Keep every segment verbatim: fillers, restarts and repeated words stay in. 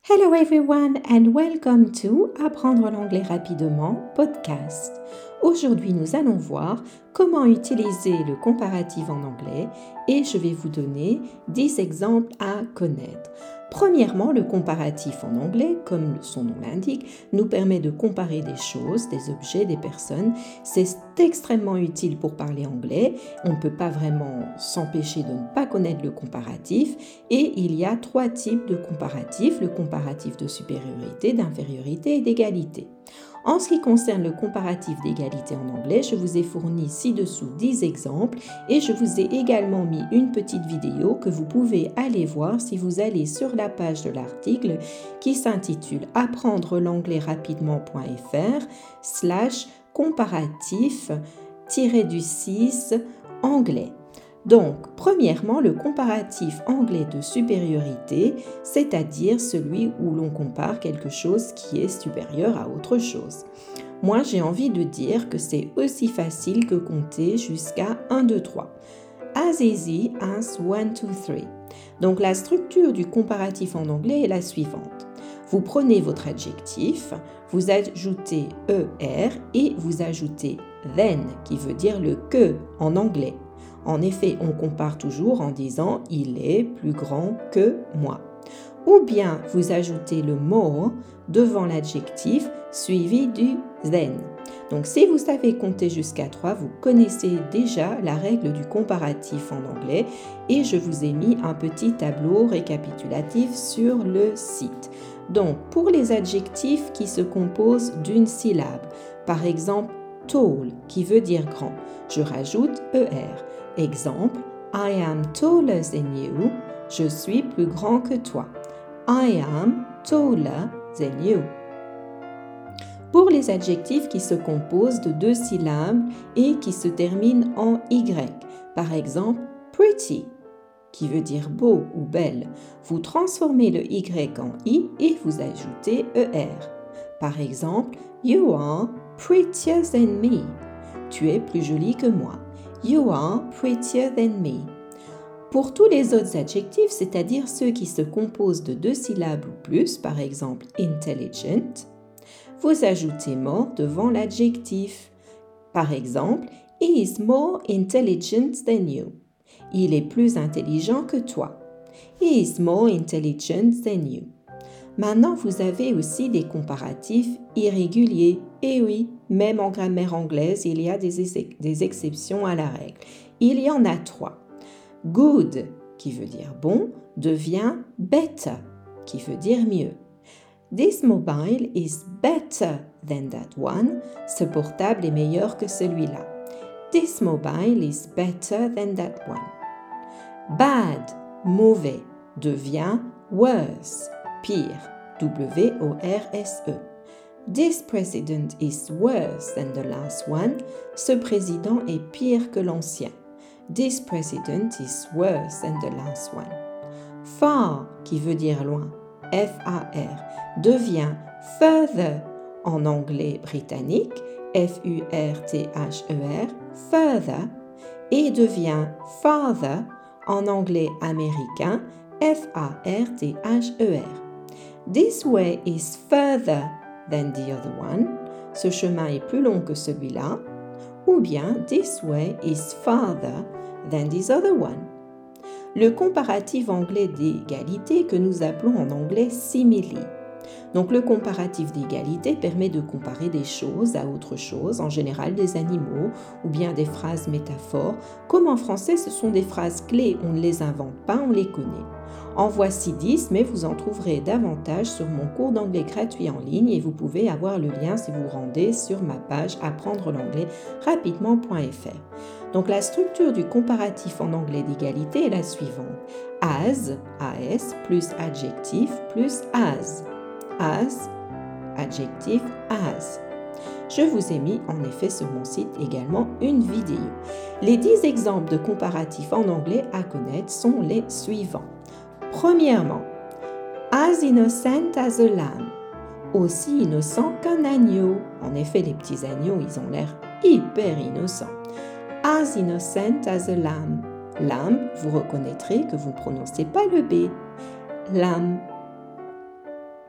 Hello everyone and welcome to Apprendre l'anglais rapidement podcast. Aujourd'hui, nous allons voir comment utiliser le comparatif en anglais et je vais vous donner dix exemples à connaître. Premièrement, le comparatif en anglais, comme son nom l'indique, nous permet de comparer des choses, des objets, des personnes. C'est extrêmement utile pour parler anglais. On ne peut pas vraiment s'empêcher de ne pas connaître le comparatif. Et il y a trois types de comparatifs, le comparatif de supériorité, d'infériorité et d'égalité. En ce qui concerne le comparatif d'égalité en anglais, je vous ai fourni ci-dessous dix exemples et je vous ai également mis une petite vidéo que vous pouvez aller voir si vous allez sur la page de l'article qui s'intitule apprendre l'anglais rapidement.fr slash comparatif du six anglais. Donc, premièrement, le comparatif anglais de supériorité, c'est-à-dire celui où l'on compare quelque chose qui est supérieur à autre chose. Moi, j'ai envie de dire que c'est aussi facile que compter jusqu'à un, deux, trois. As easy as one, two, three. Donc, la structure du comparatif en anglais est la suivante. Vous prenez votre adjectif, vous ajoutez er et vous ajoutez then, qui veut dire le que en anglais. En effet, on compare toujours en disant « il est plus grand que moi ». Ou bien vous ajoutez le more devant l'adjectif suivi du then. Donc si vous savez compter jusqu'à trois, vous connaissez déjà la règle du comparatif en anglais et je vous ai mis un petit tableau récapitulatif sur le site. Donc pour les adjectifs qui se composent d'une syllabe, par exemple tall qui veut dire grand, je rajoute er. Exemple, I am taller than you. Je suis plus grand que toi. I am taller than you. Pour les adjectifs qui se composent de deux syllabes et qui se terminent en y, par exemple, pretty, qui veut dire beau ou belle, vous transformez le y en i et vous ajoutez er. Par exemple, you are prettier than me. Tu es plus jolie que moi. You are prettier than me. Pour tous les autres adjectifs, c'est-à-dire ceux qui se composent de deux syllabes ou plus, par exemple intelligent, vous ajoutez more devant l'adjectif. Par exemple, he is more intelligent than you. Il est plus intelligent que toi. He is more intelligent than you. Maintenant, vous avez aussi des comparatifs irréguliers. Et oui, même en grammaire anglaise, il y a des, ex- des exceptions à la règle. Il y en a trois. Good, qui veut dire bon, devient better, qui veut dire mieux. This mobile is better than that one. Ce portable est meilleur que celui-là. This mobile is better than that one. Bad, mauvais, devient worse, pire, W O R S E. This president is worse than the last one. Ce président est pire que l'ancien. This president is worse than the last one. Far, qui veut dire loin, F A R, devient further en anglais britannique, F U R T H E R, further, et devient farther en anglais américain, F A R T H E R. This way is further than the other one. Ce chemin est plus long que celui-là. Ou bien, this way is farther than this other one. Le comparatif anglais d'égalité que nous appelons en anglais simile. Donc le comparatif d'égalité permet de comparer des choses à autre chose, en général des animaux ou bien des phrases métaphores. Comme en français, ce sont des phrases clés, on ne les invente pas, on les connaît. En voici dix, mais vous en trouverez davantage sur mon cours d'anglais gratuit en ligne et vous pouvez avoir le lien si vous rendez sur ma page apprendre l'anglais rapidement.fr. Donc la structure du comparatif en anglais d'égalité est la suivante. As, as, plus adjectif, plus as. As, adjectif as. Je vous ai mis en effet sur mon site également une vidéo. Les dix exemples de comparatifs en anglais à connaître sont les suivants. Premièrement, as innocent as a lamb, aussi innocent qu'un agneau. En effet, les petits agneaux, ils ont l'air hyper innocents. As innocent as a lamb. Lamb, vous reconnaîtrez que vous ne prononcez pas le B. Lamb.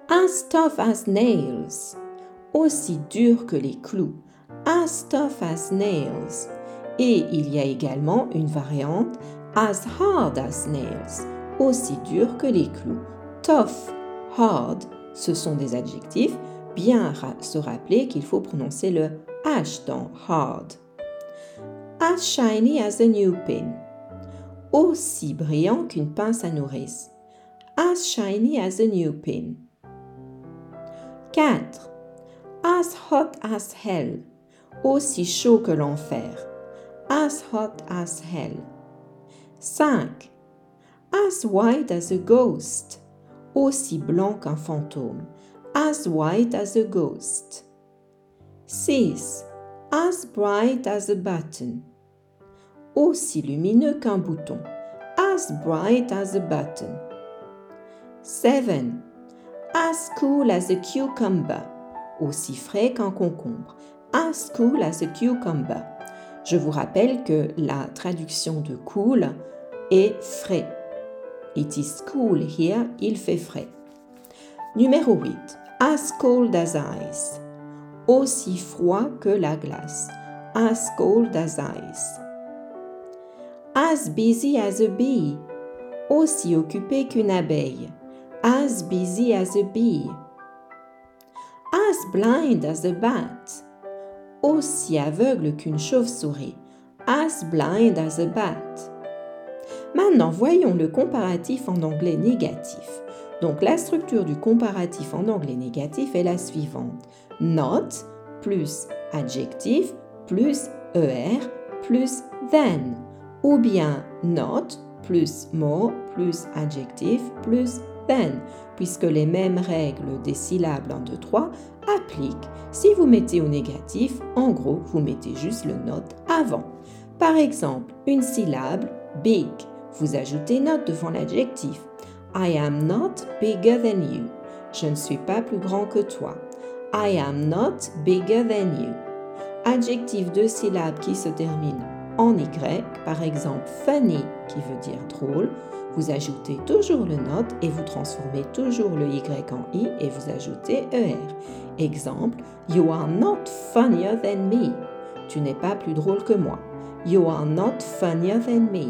As tough as nails. Aussi dur que les clous. As tough as nails. Et il y a également une variante as hard as nails. Aussi dur que les clous. Tough, hard, ce sont des adjectifs. Bien ra- se rappeler qu'il faut prononcer le H dans hard. As shiny as a new pin. Aussi brillant qu'une pince à nourrice. As shiny as a new pin. quatre. As hot as hell. Aussi chaud que l'enfer. As hot as hell. cinq. As white as a ghost. Aussi blanc qu'un fantôme. As white as a ghost. six. As bright as a button. Aussi lumineux qu'un bouton. As bright as a button. seven. As cool as a cucumber. Aussi frais qu'un concombre. As cool as a cucumber. Je vous rappelle que la traduction de cool est frais. It is cool here, il fait frais. Numéro huit. As cold as ice. Aussi froid que la glace. As cold as ice. As busy as a bee. Aussi occupé qu'une abeille. As busy as a bee. As blind as a bat. Aussi aveugle qu'une chauve-souris. As blind as a bat. Maintenant, voyons le comparatif en anglais négatif. Donc, la structure du comparatif en anglais négatif est la suivante. Not plus adjectif plus er plus than. Ou bien not plus more plus adjectif plus than, puisque les mêmes règles des syllabes un, deux, trois appliquent. Si vous mettez au négatif, en gros, vous mettez juste le not avant. Par exemple, une syllabe, big, vous ajoutez not devant l'adjectif. I am not bigger than you. Je ne suis pas plus grand que toi. I am not bigger than you. Adjectif de syllabes qui se termine en y, par exemple funny qui veut dire drôle, vous ajoutez toujours le not et vous transformez toujours le y en i et vous ajoutez er. Exemple, you are not funnier than me. Tu n'es pas plus drôle que moi. You are not funnier than me.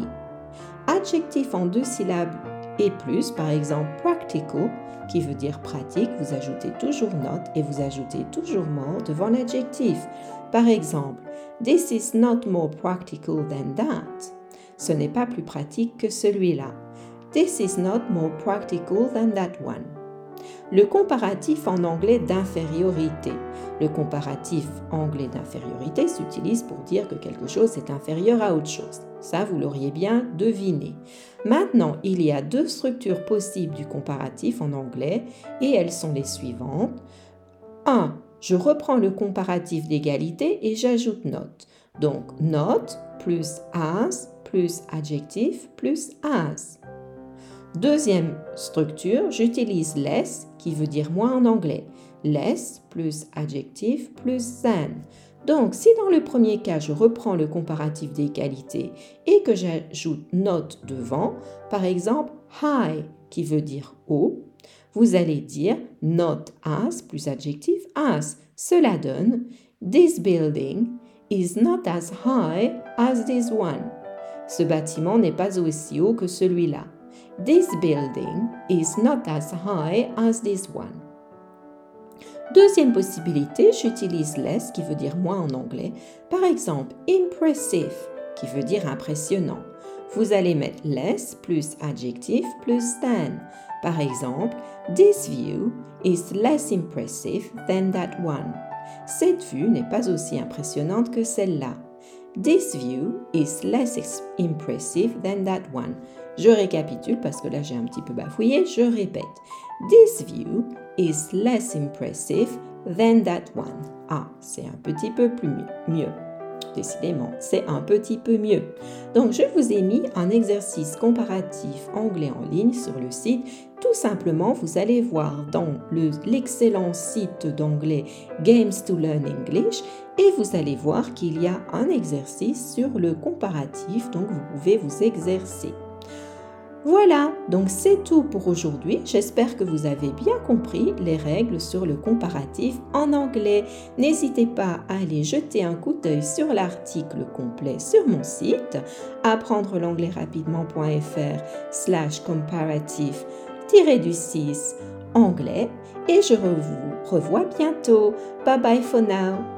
Adjectif en deux syllabes et plus, par exemple practical, qui veut dire pratique, vous ajoutez toujours not et vous ajoutez toujours more devant l'adjectif. Par exemple, this is not more practical than that. Ce n'est pas plus pratique que celui-là. This is not more practical than that one. Le comparatif en anglais d'infériorité. Le comparatif anglais d'infériorité s'utilise pour dire que quelque chose est inférieur à autre chose. Ça, vous l'auriez bien deviné. Maintenant, il y a deux structures possibles du comparatif en anglais et elles sont les suivantes. un. Je reprends le comparatif d'égalité et j'ajoute not. Donc, not plus as plus adjectif plus as. Deuxième structure, j'utilise less qui veut dire moins en anglais. Less plus adjectif plus than. Donc, si dans le premier cas, je reprends le comparatif d'égalité et que j'ajoute not devant, par exemple, high qui veut dire haut, vous allez dire not as plus adjectif as. Cela donne this building is not as high as this one. Ce bâtiment n'est pas aussi haut que celui-là. This building is not as high as this one. Deuxième possibilité, j'utilise less qui veut dire moins en anglais. Par exemple, impressive qui veut dire impressionnant. Vous allez mettre less plus adjectif plus than. Par exemple, this view is less impressive than that one. Cette vue n'est pas aussi impressionnante que celle-là. This view is less impressive than that one. Je récapitule parce que là j'ai un petit peu bafouillé, je répète. This view is less impressive than that one. Ah, c'est un petit peu plus mieux. mieux. Décidément, c'est un petit peu mieux. Donc, je vous ai mis un exercice comparatif anglais en ligne sur le site. Tout simplement, vous allez voir dans le, l'excellent site d'anglais Games to Learn English et vous allez voir qu'il y a un exercice sur le comparatif, donc vous pouvez vous exercer. Voilà, donc c'est tout pour aujourd'hui. J'espère que vous avez bien compris les règles sur le comparatif en anglais. N'hésitez pas à aller jeter un coup d'œil sur l'article complet sur mon site apprendre l'anglais rapidement.fr slash comparatif du six anglais et je vous revois bientôt. Bye bye for now.